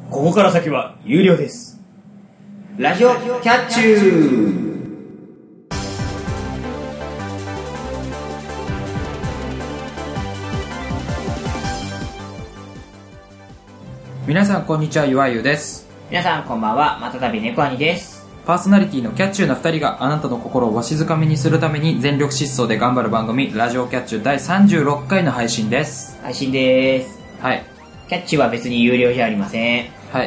ここから先は有料です。ラジオキャッチュー。 皆さんこんにちは、ゆわゆです。 皆さんこんばんは、またたび猫兄です。 パーソナリティのキャッチューな2人があなたの心をわしづかみにするために全力疾走で頑張る番組、ラジオキャッチュー第36回の配信です。 配信です。 はい。 キャッチューは別に有料じゃありません。 はい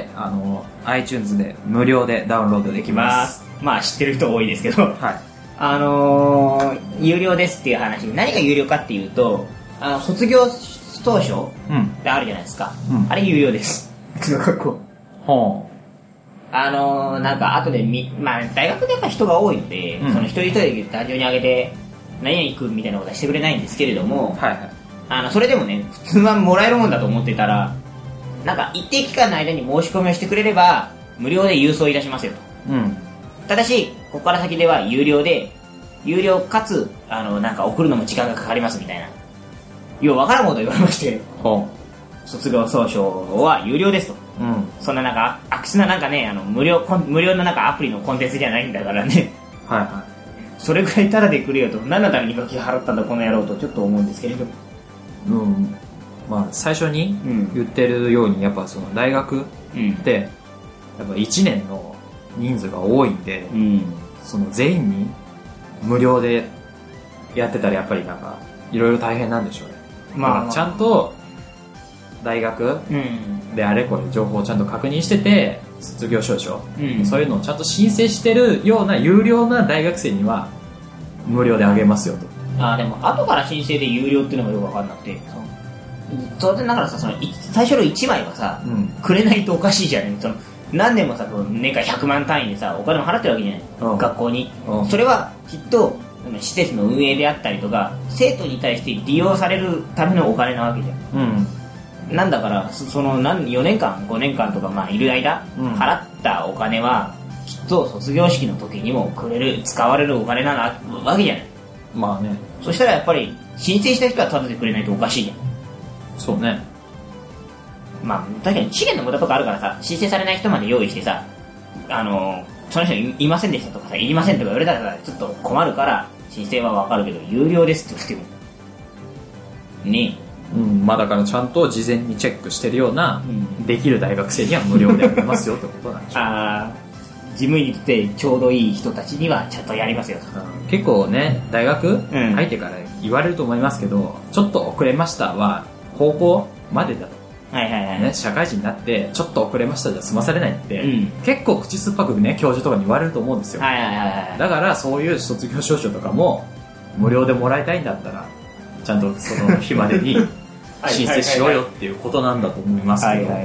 、iTunes で無料でダウンロードできます。 まあ知ってる人多いですけど、 はい。 有料ですっていう話、何が有料かっていうと、卒業当初ってあるじゃないですか。あれ有料です。うちの学校。 ほう。なんか後で大学でやっぱ人が多いので、その一人一人単純に上げて、何々行くみたいなことはしてくれないんですけれども、 はいはい。 それでもね、普通はもらえるもんだと思ってたら、なんか一定期間の間に申し込みをしてくれれば無料で郵送いたしますよと。ただしここから先では有料で、有料かつなんか送るのも時間がかかりますみたいな、ようわからんこと言われまして、卒業証書は有料ですと。そんななんか悪質ななんかね、無料のなんかアプリのコンテンツじゃないんだからね。 はいはい。 それくらいタダで来るよと、何のために学費払ったんだこの野郎とちょっと思うんですけれど。 まあ、最初に言ってるように、やっぱその大学ってやっぱ1年の人数が多いんで、その全員に無料でやってたらやっぱりなんかいろいろ大変なんでしょうね。まあちゃんと大学であれこれ情報をちゃんと確認してて、卒業証書、そういうのをちゃんと申請してるような有料な大学生には無料であげますよと。 でも後から申請で有料っていうのがよく分かんなくて、当然ながらさ、その最初の1枚はさ、くれないとおかしいじゃん。その何年もさ、年間100万単位でさお金も払ってるわけじゃない、学校に。それはきっと施設の運営であったりとか、生徒に対して利用されるためのお金なわけじゃん。なんだからその4年間5年間とかいる間、払ったお金はきっと卒業式の時にも使われるお金なわけじゃない。 まあね。 そしたらやっぱり申請した人はタダでくれないとおかしいじゃん。 そうね。 確かに資源の無駄とかあるからさ、申請されない人まで用意してさ、その人いませんでしたとかさ、いりませんとか言われたらちょっと困るから申請はわかるけど、有料ですって言ってもねえ。だからちゃんと事前にチェックしてるような、できる大学生には無料でやりますよってことなんでしょう。 事務員にとってちょうどいい人たちにはちゃんとやりますよと。 結構ね、大学入ってから言われると思いますけど、ちょっと遅れましたは高校までだと。社会人になってちょっと遅れましたじゃ済まされないって、結構口酸っぱくね、教授とかに言われると思うんですよ。だからそういう卒業証書とかも無料でもらいたいんだったら、ちゃんとその日までに申請しようよっていうことなんだと思いますけど。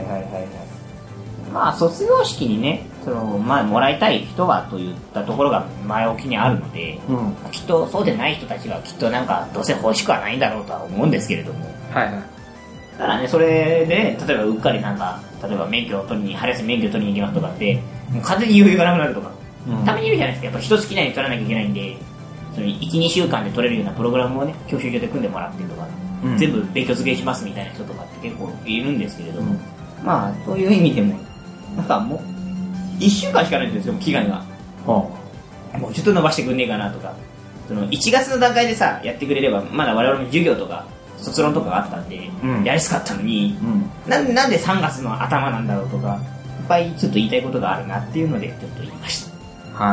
卒業式にね、もらいたい人はといったところが前置きにあるので、きっとそうでない人たちはきっとなんかどうせ欲しくはないんだろうとは思うんですけれども、だからね、それで例えばうっかりなんか、例えば春休み免許取りに行きますとかって、もう完全に余裕がなくなるとか、たまにいるじゃないですか。やっぱ一月以内に取らなきゃいけないんで、その 1,2 週間で取れるようなプログラムをね、教習所で組んでもらってとか、全部勉強付けしますみたいな人とかって結構いるんですけれども、そういう意味でもなんかもう1週間しかないんですよ、期間が。もうちょっと伸ばしてくんねえかなとか、その1月の段階でさやってくれればまだ我々も授業とか卒論とかがあったんで、やりやすかったのに、なんで3月の頭なんだろうとか、いっぱいちょっと言いたいことがあるなっていうのでちょっと言いました。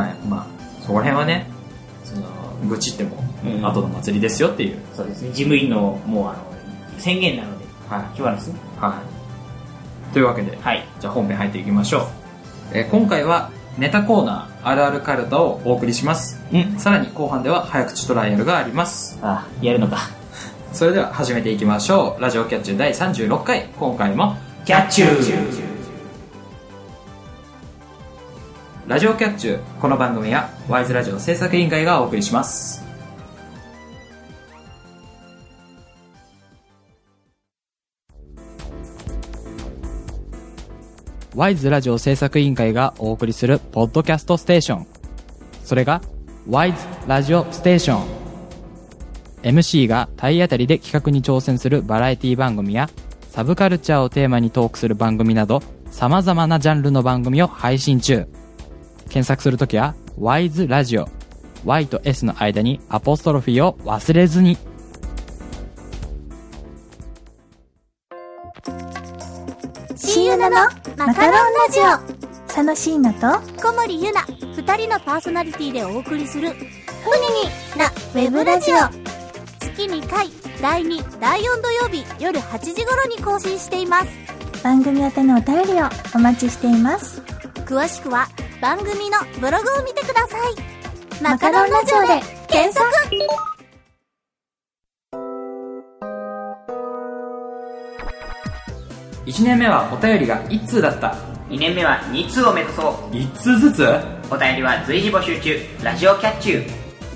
そこら辺はね、愚痴っても後の祭りですよっていう。 そうですね、事務員のもう宣言なので、今日はですね。 というわけで、じゃあ本編入っていきましょう。今回はネタコーナーあるあるカルタをお送りします。さらに後半では早口トライアルがあります。 やるのか。 それでは始めていきましょう。ラジオキャッチュー第36回、今回もキャッチュー。 ラジオキャッチュー、この番組はワイズラジオ制作委員会がお送りします。ワイズラジオ制作委員会がお送りするポッドキャストステーション、それがワイズラジオステーション。 MC が体当たりで企画に挑戦するバラエティ番組やサブカルチャーをテーマにトークする番組など、 様々なジャンルの番組を配信中。検索するときは WISE ラジオ、 Y と S の間にアポストロフィーを忘れずに。 シーユナのマカロンラジオ、 佐野椎名と小森ゆな、2人のパーソナリティでお送りするふにになウェブラジオ、月2回第2、第4土曜日夜8時頃に更新しています。 番組宛てのお便りをお待ちしています。 詳しくは番組のブログを見てください。マカロンラジオで検索。 1年目はお便りが1通だった。 2年目は2通を目指そう。 1通ずつ。 お便りは随時募集中。ラジオキャッチュー。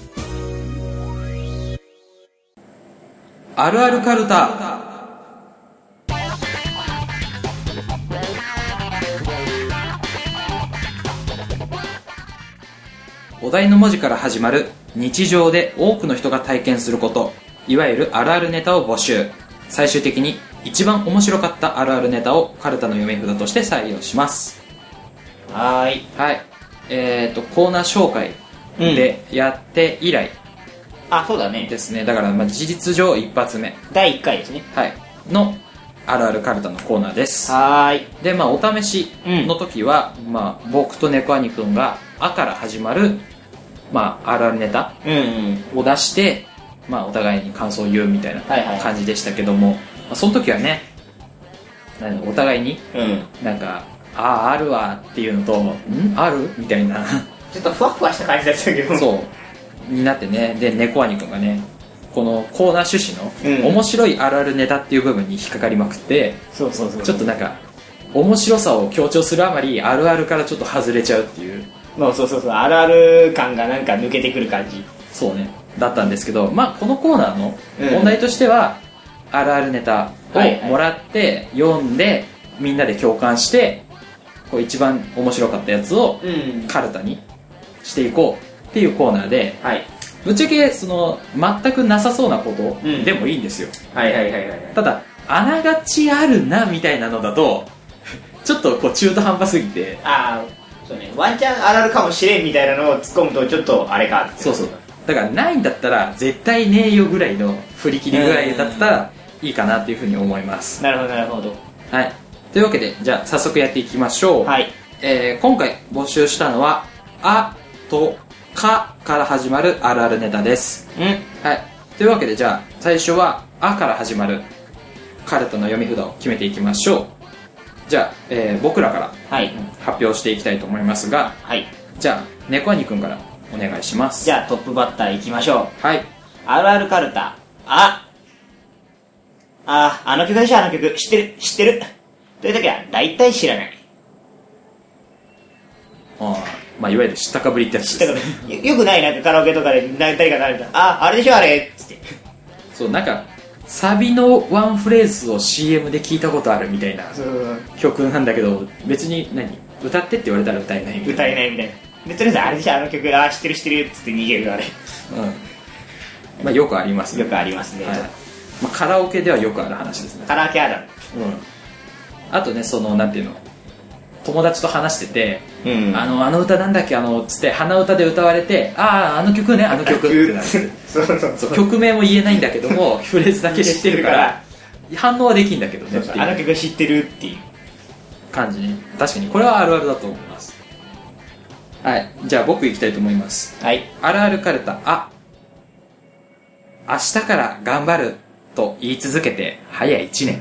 あるあるカルタ。お題の文字から始まる日常で多くの人が体験すること、いわゆるあるあるネタを募集。最終的に一番面白かったあるあるネタをカルタの読み札として採用します。 はい。 はい。コーナー紹介でやって以来、 そうだね。 ですね。だから事実上一発目。 第1回ですね。 はい。のあるあるカルタのコーナーです。 はい。 で、お試しの時は、僕と猫兄くんがあから始まる、あるあるネタを出して、お互いに感想を言うみたいな感じでしたけども、その時はね、お互いに、なんか、あるわっていうのと、あるみたいな。 ちょっとふわふわした感じだったけど。 そう。になってね。で、猫兄くんがね、このコーナー趣旨の面白いあるあるネタっていう部分に引っかかりまくって、ちょっとなんか、面白さを強調するあまり、あるあるからちょっと外れちゃうっていう。 あるある感がなんか抜けてくる感じ。 そうね。だったんですけど、このコーナーの問題としては、あるあるネタをもらって読んで、みんなで共感してこう一番面白かったやつをカルタにしていこうっていうコーナーで、ぶっちゃけその全くなさそうなことでもいいんですよ。ただあながちあるなみたいなのだとちょっとこう中途半端すぎて、 そうね、ワンチャンあるあるかもしれんみたいなのを突っ込むとちょっとあれかって。 そうだからないんだったら絶対ねえよぐらいの振り切りぐらいだったらいいかなっていうふうに思います。 なるほど。 はい。というわけで、じゃあ早速やっていきましょう。 はい。 今回募集したのは、あとかから始まるあるあるネタです。はい。というわけで、じゃあ最初はあから始まるカルタの読み札を決めていきましょう。じゃあ、僕らから発表していきたいと思いますが、じゃあ猫兄くんからお願いします。 じゃあトップバッターいきましょう。はい。 あるあるカルタ。あの曲でしょ、あの曲。知ってる。という時は、大体知らない。 いわゆる知ったかぶりってやつですね。よくない、なんかカラオケとかで誰か誰か、あれでしょ、あれっつって。 そう、なんか、サビのワンフレーズを CM で聞いたことあるみたいな曲なんだけど、別に歌ってって言われたら歌えないみたいな。 歌えないみたいな。で、とりあえずあれでしょ、あの曲、知ってるっつって逃げる、あれ。 よくありますね。よくありますね。 カラオケではよくある話ですね。 カラオケある。 あとね、なんていうの、友達と話してて、あの歌なんだっけつって鼻歌で歌われて、あの曲ね、あの曲ってなってそう曲名も言えないんだけどもフレーズだけ知ってるから反応はできんだけどねっていう、 あの曲知ってるっていう感じね。確かにこれはあるあるだと思います。はい、じゃあ僕いきたいと思います。 はい。 あるあるカルタ。明日から頑張ると言い続けて早1年。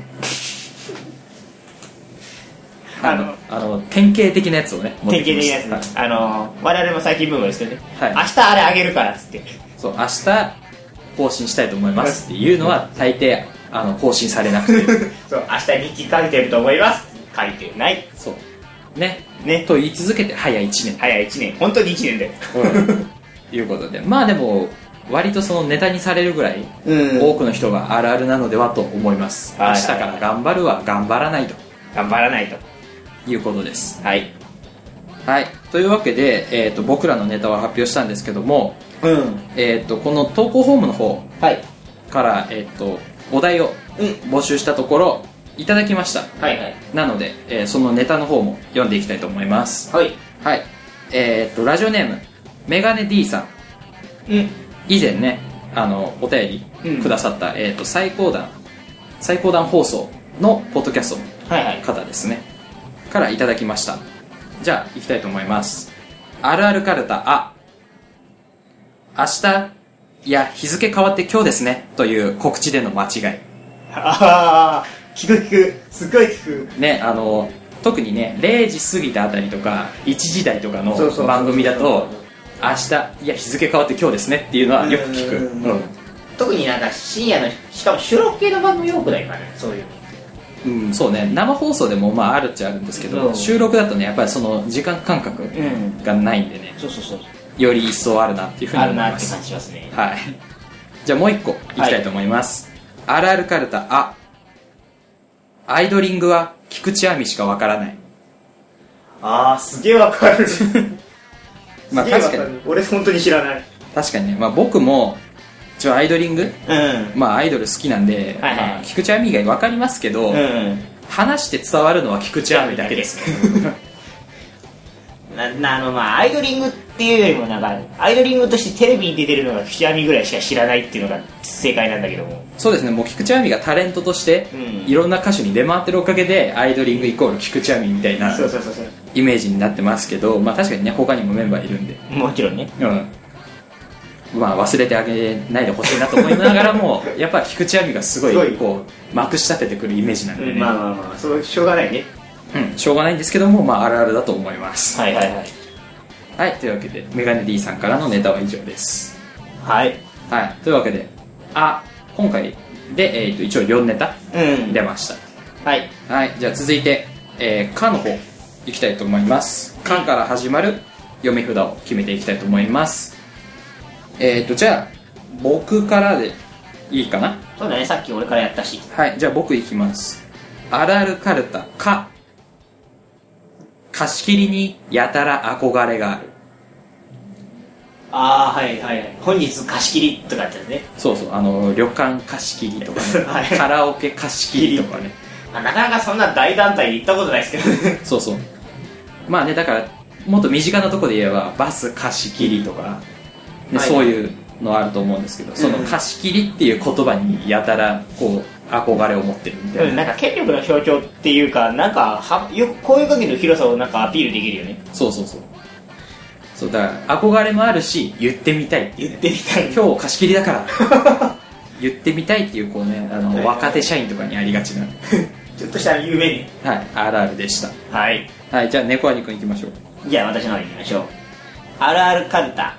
典型的なやつをね、 典型的なやつ、我々も最近ブームですけどね、明日あれあげるからっつって、 そう、明日更新したいと思いますっていうのは大抵更新されなくてそう、明日日記書いてると思います書いてない。 そうねと言い続けて早1年本当に1年だよいうことで、でも割とそのネタにされるぐらい多くの人があるあるなのではと思います。明日から頑張るは頑張らないということです。はい、というわけで、僕らのネタは発表したんですけども、この投稿フォームの方から、お題を募集したところ、 いただきました。 はいはい。 なので、そのネタの方も読んでいきたいと思います。 はい。 はい。ラジオネームメガネ D さん。以前ね、お便りくださった、最高段放送のポッドキャストの方ですね、からいただきました。じゃあ行きたいと思います。あるあるカルタ。明日、いや日付変わって今日ですねという告知での間違い。 聞くすっごい聞くね。特にね0時過ぎたあたりとか1時台とかの番組だと、明日、いや日付変わって今日ですねっていうのはよく聞く。 特になんか深夜の、しかも収録系の番組多くないかね、そういうそうね。生放送でもまああるっちゃあるんですけど、収録だとねやっぱりその時間感覚がないんでね、より一層あるなっていうふうに思います。 あるなって感じしますね。 はい。じゃあもう一個いきたいと思います。あるあるカルタ。アイドリングは菊池亜美しかわからない。 すげえわかる。 まあ確かに俺本当に知らない。 確かにね、まあ僕もアイドリング、まあアイドル好きなんで、まあ、菊池亜美以外わかりますけど、話して伝わるのは菊池亜美だけです。 まあアイドリングっていうよりもなんかアイドリングとしてテレビに出てるのが菊池亜美ぐらいしか知らないっていうのが正解なんだけども。 そうですね。もう菊池亜美がタレントとしていろんな歌手に出回ってるおかげでアイドリングイコール菊池亜美みたいなイメージになってますけど、まあ確かにね他にもメンバーいるんで、 もちろんね、 まあ忘れてあげないでほしいなと思いながらもやっぱり菊池亜美がすごいこうまくし立ててくるイメージなんでね、 まあそうしょうがないね。 しょうがないんですけども、まああるあるだと思います。 はい、 というわけでメガネ D さんからのネタは以上です。 はい、 というわけで今回で、一応4ネタ出ました。はい、じゃあ続いてかの方いきたいと思います。かから始まる読み札を決めていきたいと思います。じゃあ僕からでいいかな。 そうだね、さっき俺からやったし。 はい、じゃあ僕いきます。あるあるカルタ。貸し切りにやたら憧れがある。 本日貸し切りとかってね。 そう旅館貸し切りとかね、カラオケ貸し切りとかね。 なかなかそんな大団体で行ったことないですけどそうまあね、だからもっと身近なところで言えばバス貸し切りとか、ね、そういうのあると思うんですけど、その貸し切りっていう言葉にやたらこう憧れを持ってるみたいな、 なんか権力の象徴っていうか、なんかよくこういう限りの広さをなんかアピールできるよね。 そうだから憧れもあるし、言ってみたいっていう、ね、今日貸し切りだから言ってみたいっていうこうね、若手社員とかにありがちなちょっとした夢にあるあるでした。じゃあ猫兄くんいきましょう。 じゃあ私の方にいきましょう。あるあるカルタ。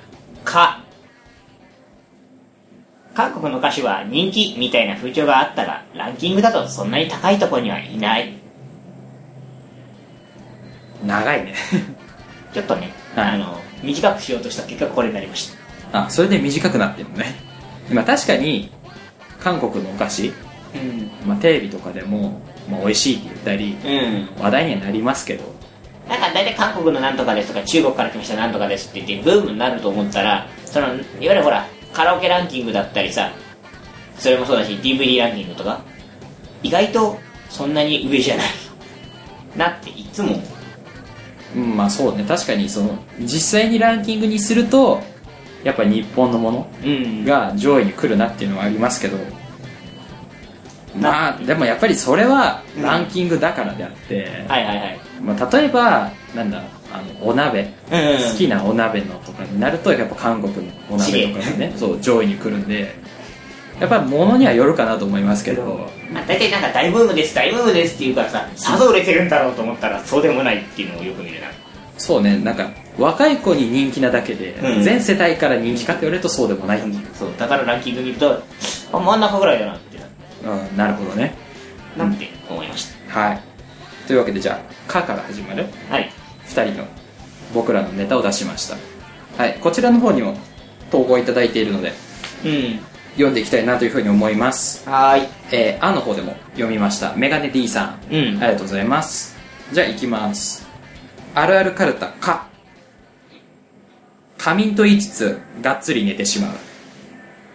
韓国の歌手は人気みたいな風潮があったが、ランキングだとそんなに高いところにはいない。 長いねちょっとね、短くしようとした結果これになりました。 それで短くなってるのね。確かに韓国のお菓子、テレビとかでも、美味しいって言ったり、話題にはなりますけど、 なんか大体韓国のなんとかですとか中国から来ましたなんとかですって言ってブームになると思ったら、いわゆるほらカラオケランキングだったりさ、それもそうだし DVD ランキングとか意外とそんなに上じゃないなっていつもまあそうね、確かに実際にランキングにするとやっぱ日本のものが上位に来るなっていうのはありますけど、でもやっぱりそれはランキングだからであって、例えばお鍋、好きなお鍋のとかになるとやっぱ韓国のお鍋とかがね上位に来るんで、やっぱり物にはよるかなと思いますけど、 大体なんか大ブームですって言うからさぞ売れてるんだろうと思ったらそうでもないっていうのをよく見るな。 そうね、なんか若い子に人気なだけで、全世代から人気かって言われるとそうでもない。 だからランキング見ると真ん中ぐらいだなってなるほどね、 なんて思いました。 というわけでじゃあ「か」から始まる2人の僕らのネタを出しました。こちらの方にも投稿いただいているので、読んでいきたいなというふうに思います。あの方でも読みました。メガネ D さん、ありがとうございます。じゃあいきます。あるあるカルタ。仮眠と言いつつがっつり寝てしまう。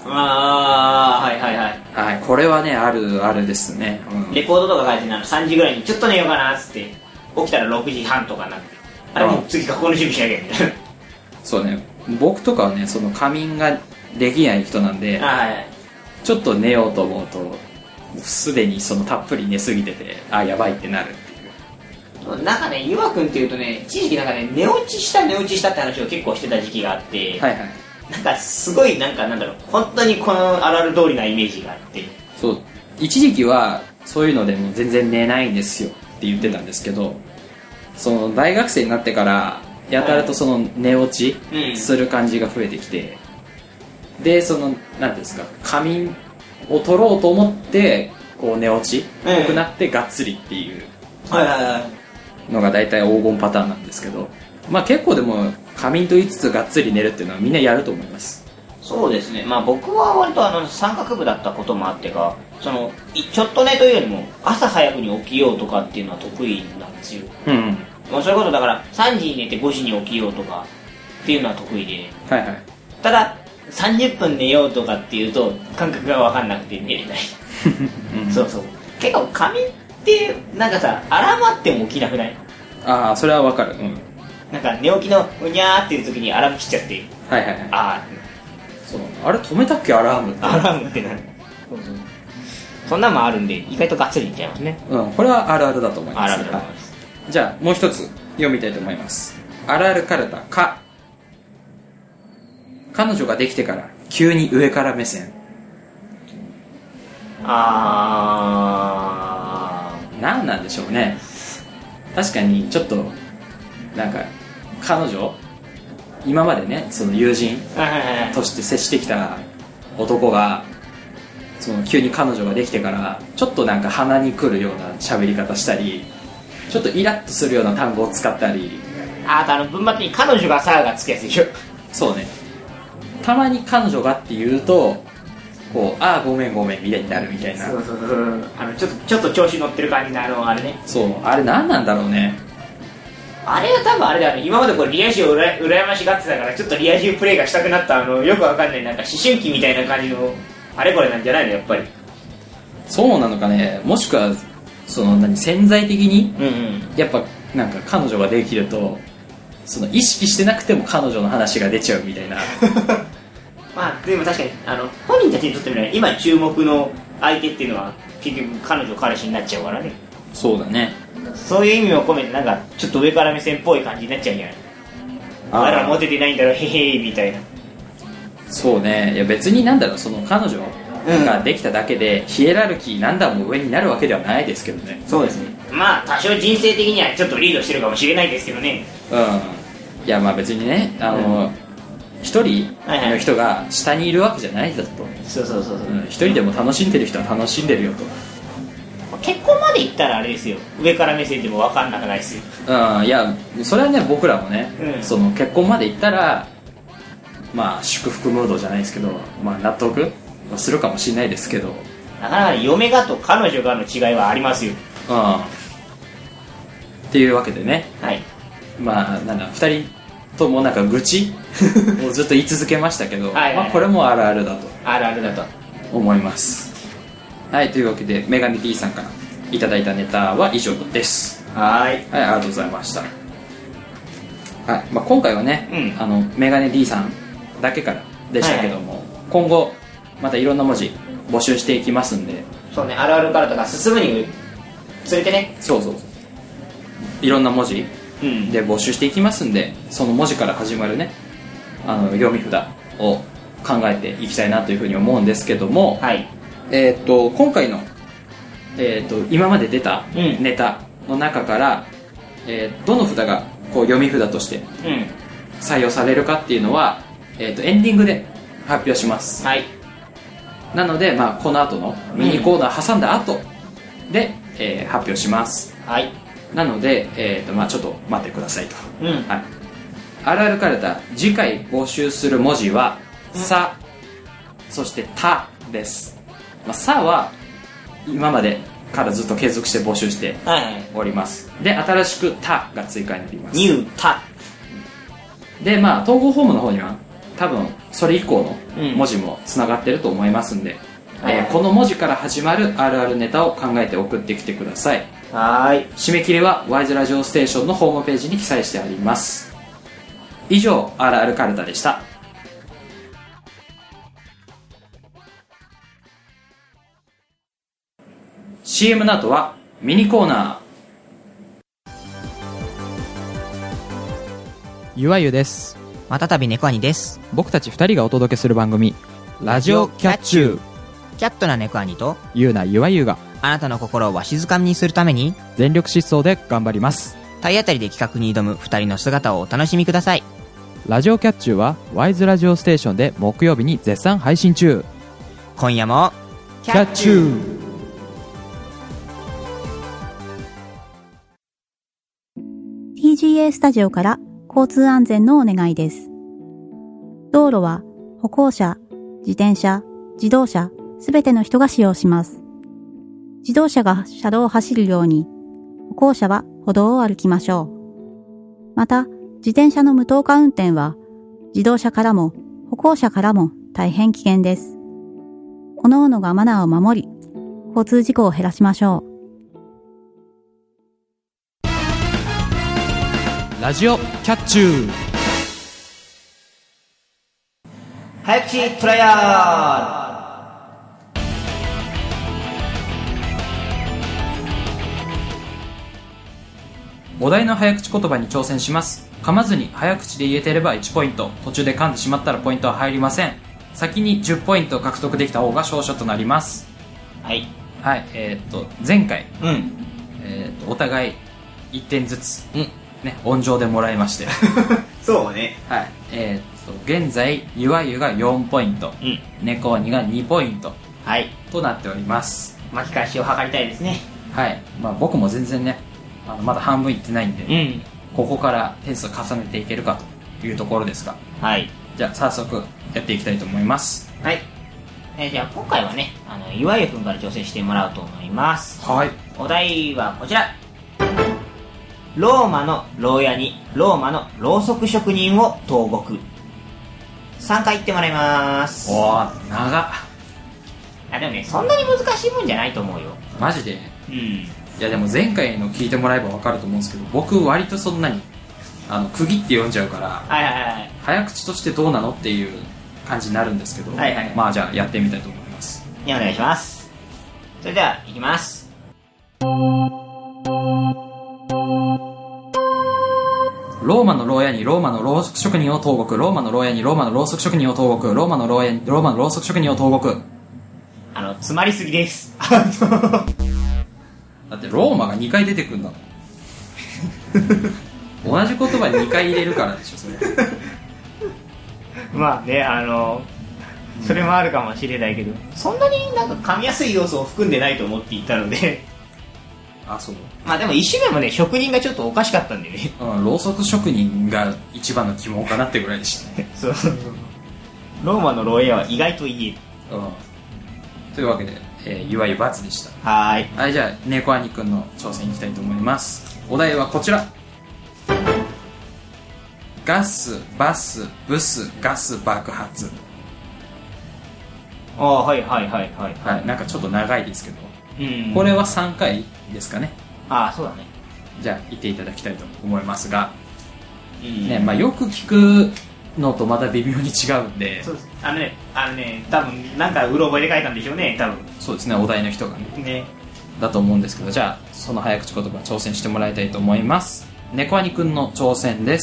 ああ、はいはいはい。 はい、これはね、あるですね。 レコードとか書いて3時ぐらいにちょっと寝ようかなっつって、起きたら6時半とかなって、あれもう次学校の準備しなきゃみたいな。 そうね、僕とかはね、その仮眠ができない人なんで、 はい、 ちょっと寝ようと思うと、すでにそのたっぷり寝すぎてて、やばいってなるっていう。 なんかね、ゆわくんっていうとね、一時期なんかね、寝落ちしたって話を結構してた時期があって、 はいはい。 なんかすごいなんだろう、本当にこのあるある通りなイメージがあって。 そう、一時期はそういうのでも全然寝ないんですよって言ってたんですけど、その大学生になってからやたらとその寝落ちする感じが増えてきて、でそのなんですか、仮眠を取ろうと思ってこう寝落ちっぽくなってがっつりっていうのが大体黄金パターンなんですけど、まあ結構でも仮眠と言いつつがっつり寝るっていうのはみんなやると思います。 そうですね、まあ僕は割と三角部だったこともあってか、そのちょっと寝というよりも朝早くに起きようとかっていうのは得意なんですよ。もうそういうことだから、3時に寝て5時に起きようとかっていうのは得意で、 はいはい、 ただ30分寝ようとかっていうと感覚が分かんなくて寝れないそうそう、結構仮眠ってなんかさ、アラームあっても起きなくない？ ああ、それは分かる。 なんか寝起きのうにゃーっていう時にアラーム切っちゃって、 はいはいはい、 あそう、あれ止めたっけアラームって、 アラームってなる。そんなのもあるんで意外とがっつりいっちゃいますね。 これはあるあるだと思います。 あるあるだと思います。 じゃあもう一つ読みたいと思います。あるあるカルタか。彼女ができてから急に上から目線。何なんでしょうね。確かにちょっとなんか彼女、今までね、その友人として接してきた男がその急に彼女ができてからちょっとなんか鼻にくるような喋り方したり、ちょっとイラッとするような単語を使ったり、 文末に彼女がさがつくやつでしょ。そうね、 たまに彼女がって言うとこう、ごめんごめんみたいになるみたいな。 そうちょっと調子乗ってる感じのあれね。 そう、あれ何なんだろうね。 あれは多分あれだよね、今までこれリア充を羨ましがってたから、ちょっとリア充プレイがしたくなったよくわかんないなんか思春期みたいな感じのあれこれなんじゃないの、やっぱり。 そうなのかね。もしくはその潜在的に、やっぱなんか彼女ができるとその意識してなくても彼女の話が出ちゃうみたいなまあでも確かに本人たちにとってみれば今注目の相手っていうのは結局彼女彼氏になっちゃうからね。 そうだね、 そういう意味を込めてなんかちょっと上から目線っぽい感じになっちゃうんじゃない？お前らモテてないんだろへへみたいな。 そうね。いや別になんだろう、その彼女ができただけで、ヒエラルキー何段も上になるわけではないですけどね。 そうですね、まあ多少人生的にはちょっとリードしてるかもしれないですけどね。 いやまあ別にね、一人の人が下にいるわけじゃないだと。そう、一人でも楽しんでる人は楽しんでるよと。 結婚までいったらあれですよ、上から目線でも分かんなくないですよ。 いやそれはね、僕らもね、その結婚までいったらまあ祝福ムードじゃないですけど、まあ納得するかもしれないですけど、 なかなか嫁がと彼女がの違いはありますよ。 っていうわけでね、 はい、 まあなんだ、2人ともなんか愚痴をずっと言い続けましたけどまあこれもあるあるだと思います。はい、というわけでメガネ D さんからいただいたネタは以上です。はい、ありがとうございました。はい、まあ、今回はね、メガネ D さんだけからでしたけども、今後またいろんな文字募集していきますんで。 そうね、あるあるカルタが進むにつれてね、 そういろんな文字で募集していきますんで、その文字から始まるね読み札を考えていきたいなというふうに思うんですけども、今回の、今まで出たネタの中から、どの札がこう読み札として採用されるかっていうのは、エンディングで発表します。なので、まあ、この後のミニコーナー挟んだ後で、発表します。なので、まあ、ちょっと待ってくださいと。あるあるカルタ次回募集する文字はさ、そしてたです。まあ、さは今までからずっと継続して募集しております。で、新しくたが追加になります。 ニュータで、まあ、統合フォームの方には多分それ以降の文字もつながってると思いますんで、この文字から始まるあるあるネタを考えて送ってきてください。 はい。 締め切りはワイズラジオステーションのホームページに記載してあります。以上、あるあるカルタでした。CM の後はミニコーナー。 ゆわゆです。 またたび猫兄です。 僕たち2人がお届けする番組、ラジオキャッチュー。 キャットな猫兄とゆうなゆわゆがあなたの心をわしづかみにするために全力疾走で頑張ります。 体当たりで企画に挑む2人の姿をお楽しみください。 ラジオキャッチューはワイズラジオステーションで木曜日に絶賛配信中。 今夜もキャッチュー。 TGA スタジオから交通安全のお願いです。道路は歩行者、自転車、自動車、すべての人が使用します。自動車が車道を走るように、歩行者は歩道を歩きましょう。また、自転車の無灯火運転は、自動車からも歩行者からも大変危険です。各々がマナーを守り、交通事故を減らしましょう。 ラジオキャッチュー。 早口トライアお題の早口言葉に挑戦します。噛まずに早口で言えてれば1ポイント、途中で噛んでしまったらポイントは入りません。先に10ポイント獲得できた方が勝者となります。 はいはい。前回、お互い1点ずつ、ね、温情でもらいましてそうね。 はい。現在ゆわゆが4ポイント、猫兄が2ポイント、 はい、 となっております。 巻き返しを図りたいですね。 はい。まあ僕も全然ね、まだ半分いってないんで、ここから点数を重ねていけるかというところですが、 はい。 じゃあ早速やっていきたいと思います。 はい。じゃあ今回はね、ゆわゆくんから挑戦してもらおうと思います。 はい。 お題はこちら。ローマの牢屋にローマのろうそく職人を投獄。3回言ってもらいます。 おー、長っ。 でもね、そんなに難しいもんじゃないと思うよ。 マジで。いやでも前回の聞いてもらえば分かると思うんですけど、僕割とそんなに区切って読んじゃうから、早口としてどうなのっていう感じになるんですけど、まあじゃあやってみたいと思います。 お願いします。それではいきます。 ローマの牢屋にローマのろうそく職人を投獄。ローマの牢屋にローマのろうそく職人を投獄。ローマの牢屋にローマのろうそく職人を投獄。 詰まりすぎです。 だってローマが2回出てくるんだもん同じ言葉に2回入れるからでしょそれまあね、それもあるかもしれないけど、そんなになんか噛みやすい要素を含んでないと思っていたのであ、そう。 まあでも一種目もね、職人がちょっとおかしかったんでね。 ろうそく職人が一番の鬼門かなってぐらいでしたねそう。ローマの牢屋は意外と言える。 というわけで、ゆわゆ×でした。 はい。 じゃあ猫兄くんの挑戦いきたいと思います。お題はこちら。ガス、バス、ブス、ガス爆発。 はい。 なんかちょっと長いですけど、これは3回ですかね。 そうだね。 じゃあ言っていただきたいと思いますが、ね、まあよく聞くのとまた微妙に違うんで。 そうです。多分なんかうろ覚えで書いたんでしょうね、多分。 そうですね、お題の人がね。だと思うんですけど、じゃあその早口言葉挑戦してもらいたいと思います。猫兄くんの挑戦です。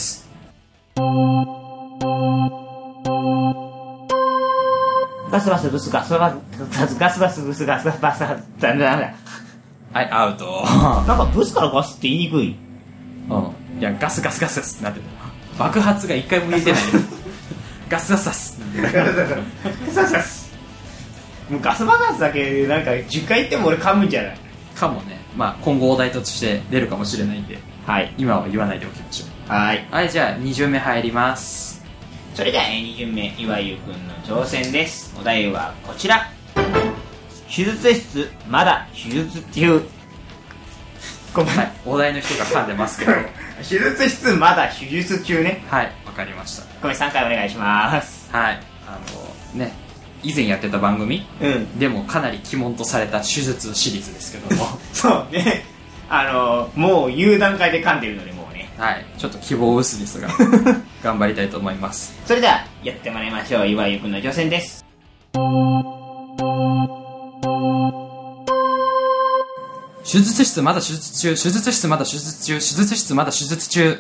ガスバスブスガスバスガスバスブスガスバスダメだ。 はい、アウト。 なんかブスからガスって言いにくい。 いや、ガスガスガスガスってなってる。爆発が一回も言えてないガスガスガスガスガス。もうガス爆発だけなんか10回言っても俺噛むんじゃないかもね。まあ今後お題として出るかもしれないんで、 はい、 今は言わないでおきましょう。 はい。 はい、じゃあ2巡目入ります。 それでは2巡目、岩井くんの挑戦です。お題はこちら。手術室まだ手術中。 はい、お題の人が噛んでますけど手術室まだ手術中ね。 はい、わかりました。 ごめん、3回お願いします。 はい。以前やってた番組、でもかなり鬼門とされた手術シリーズですけども。 そうね。もう言う段階で噛んでるので、もうね。 はい。ちょっと希望薄ですが、頑張りたいと思います。 それでは、やってもらいましょう。岩井くんの挑戦です。 手術室まだ手術中、手術室まだ手術中、手術室まだ手術中。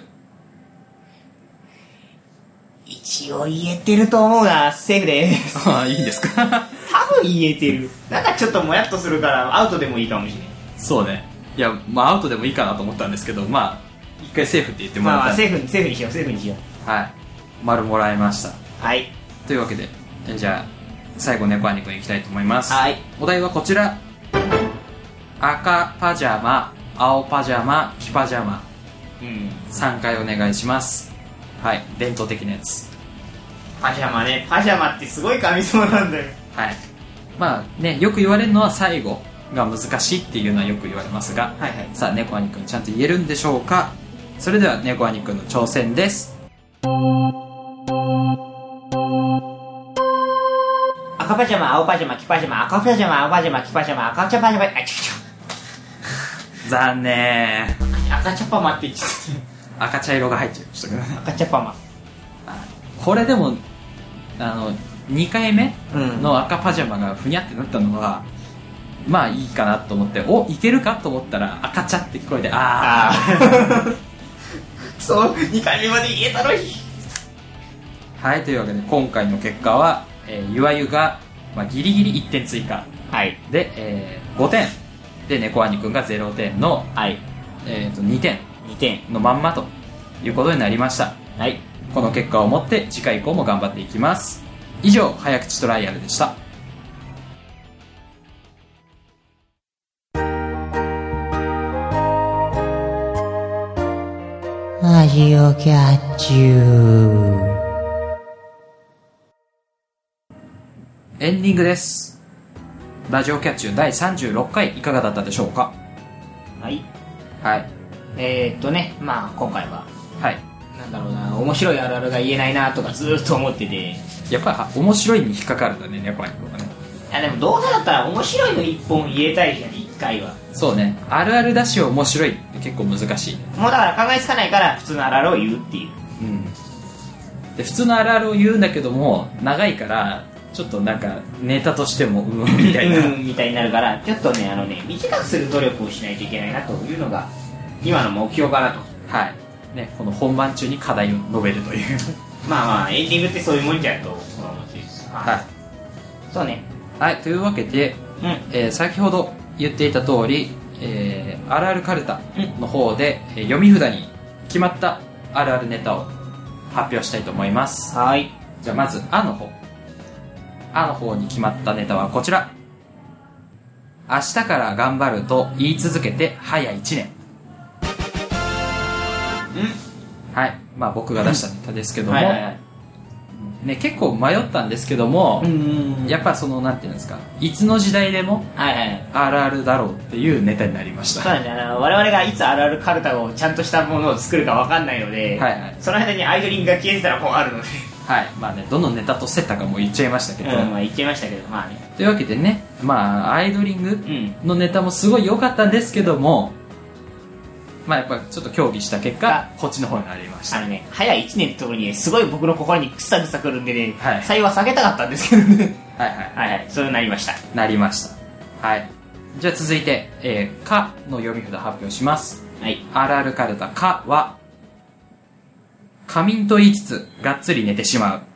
一応言えてると思うな。セーフです。 ああ、いいんですか。 多分言えてる。なんかちょっともやっとするからアウトでもいいかもしれない。 そうね。いや、アウトでもいいかなと思ったんですけど、一回セーフって言ってもらった。 セーフにしよう、セーフにしよう。はい。丸もらいました。 はい。 というわけで、じゃあ、最後、猫兄くんいきたいと思います。 はい。 お題はこちら。赤パジャマ、青パジャマ、黄パジャマ。3回お願いします。はい。伝統的なやつ。 パジャマね。パジャマってすごい噛みそうなんだよ。 はい。よく言われるのは最後が難しいっていうのはよく言われますが、 はいはい、 さあ、猫兄くんちゃんと言えるんでしょうか。それでは、猫兄くんの挑戦です。 赤パジャマ、青パジャマ、黄パジャマ、赤パジャマ、青パジャマ、黄パジャマ、赤茶パジャマ、 残念。 赤茶パマって言っちゃった。 赤茶色が入っちゃいましたけどね。 赤茶パマ。 これでも、2回目の赤パジャマがふにゃってなったのは、いいかなと思って、いけるかと思ったら赤茶って聞こえて、 そう、2回目まで言えたのに。 はい、というわけで今回の結果は、ゆわゆが、ギリギリ1点追加、 はい、 で、5点で猫兄くんが0点の、 はい、 2点のまんまということになりました。 はい、 この結果をもって次回以降も頑張っていきます。以上、早口トライアルでした。 ラジオキャッチュー。 エンディングです。ラジオキャッチュー第36回いかがだったでしょうか。 はい。 はい。 今回は、 はい。 なんだろうな、面白いあるあるが言えないなとかずっと思ってて。 やっぱり面白いに引っかかるんだね、猫兄くんはね。 いやでもどうせだったら面白いの一本言えたいじゃん、一回は。 そうね。あるあるだし面白いって結構難しい。 もうだから考えつかないから普通のあるあるを言うっていう。 うん。で、普通のあるあるを言うんだけども、長いから、ちょっとなんかネタとしてもみたいなみたいになるから、ちょっとね短くする努力をしないといけないなというのが今の目標かなと。 はいね、この本番中に課題を述べるというエンディングってそういうもんじゃんと思ってる。 はい、 そうね。 はい、というわけで、先ほど言っていた通り、あるあるカルタの方で、読み札に決まったあるあるネタを発表したいと思います。 はい。 じゃあまずあの方に決まったネタはこちら。明日から頑張ると言い続けて早1年。はい、僕が出したネタですけども、ね、結構迷ったんですけども、やっぱなんていうんですか、いつの時代でもあるあるだろうっていうネタになりました。 そうなんです。我々がいつあるあるカルタをちゃんとしたものを作るか分かんないので、その間にアイドリングが消えてたらもうあるのではい、どのネタと競ったかも言っちゃいましたけど、 言っちゃいましたけど、 というわけでね、アイドリングのネタもすごい良かったんですけども、やっぱちょっと協議した結果こっちの方になりました。 早い1年ってところに、すごい僕の心にぐさぐさくるんでね、採用は下げたかったんですけどねそうなりました。はい。じゃあ続いて、かの読み札発表します。 はい。 あるあるカルタかは、仮眠と言いつつがっつり寝てしまう。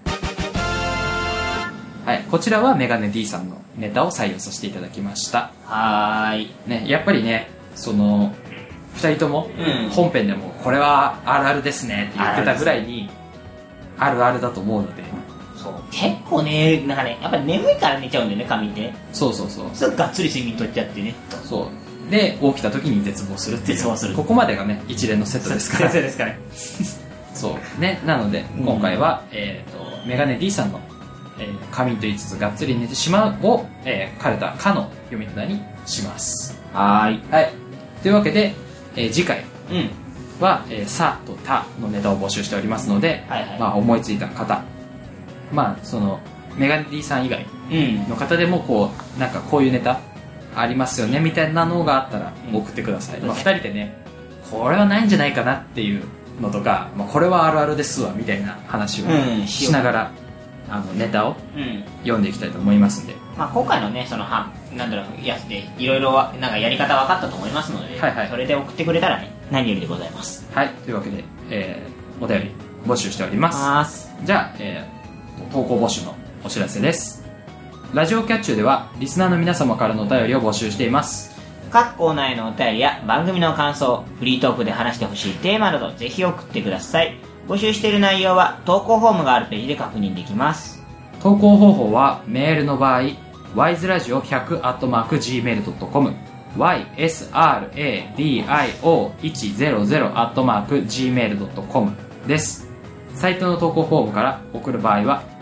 はい、こちらはメガネ D さんのネタを採用させていただきました。 はーい。 ね、やっぱりね、2人とも本編でもこれはあるあるですねって言ってたぐらいにあるあるだと思うので、 そう結構ね、やっぱり眠いから寝ちゃうんだよね、仮眠ってね。 そうそれがっつり睡眠とっちゃってね。 そうで、起きた時に絶望するっていう、ここまでがね一連のセットですから。 先生ですからそうね。なので今回は、メガネ D さんの、仮眠と言いつつがっつり寝てしまうを、カルタかの読み札にします。 はい。 というわけで、次回は、さとたのネタを募集しておりますので、思いついた方、そのメガネ D さん以外の方でもこうなんかこういうネタありますよねみたいなのがあったら送ってください。2人でね、これはないんじゃないかなっていうのとか、これはあるあるですわみたいな話をしながら、ネタを読んでいきたいと思いますんで、 今回のねそのやつでいろいろなんかやり方分かったと思いますので、それで送ってくれたらね何よりでございます。 はい、というわけで、お便り募集しております。じゃあ、投稿募集のお知らせです。ラジオキャッチューではリスナーの皆様からのお便りを募集しています。 各コーナーへのお便りや番組の感想、フリートークで話してほしいテーマなどぜひ送ってください。募集している内容は投稿フォームがあるページで確認できます。 投稿方法はメールの場合 wiseradio100@gmail.com ysradio100@gmail.com です。サイトの投稿フォームから送る場合は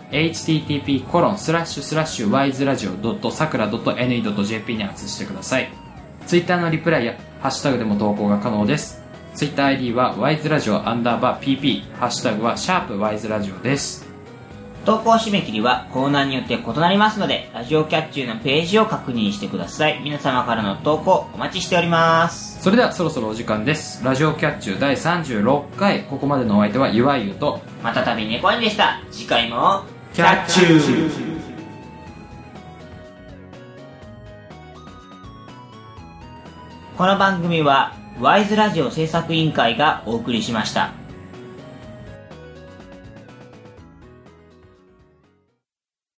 http://wiseradio.sakura.ne.jp にアクセスしてください。ツイッターのリプライやハッシュタグでも投稿が可能です。ツイッター ID は wiseradio_pp、 ハッシュタグは#wiseradio です。 投稿締め切りはコーナーによって異なりますので、ラジオキャッチューのページを確認してください。皆様からの投稿お待ちしております。 それではそろそろお時間です。ラジオキャッチュー第36回、ここまでのお相手はゆわゆうとまたたび猫兄でした。次回もキャッチュー。 この番組はワイズラジオ制作委員会がお送りしました。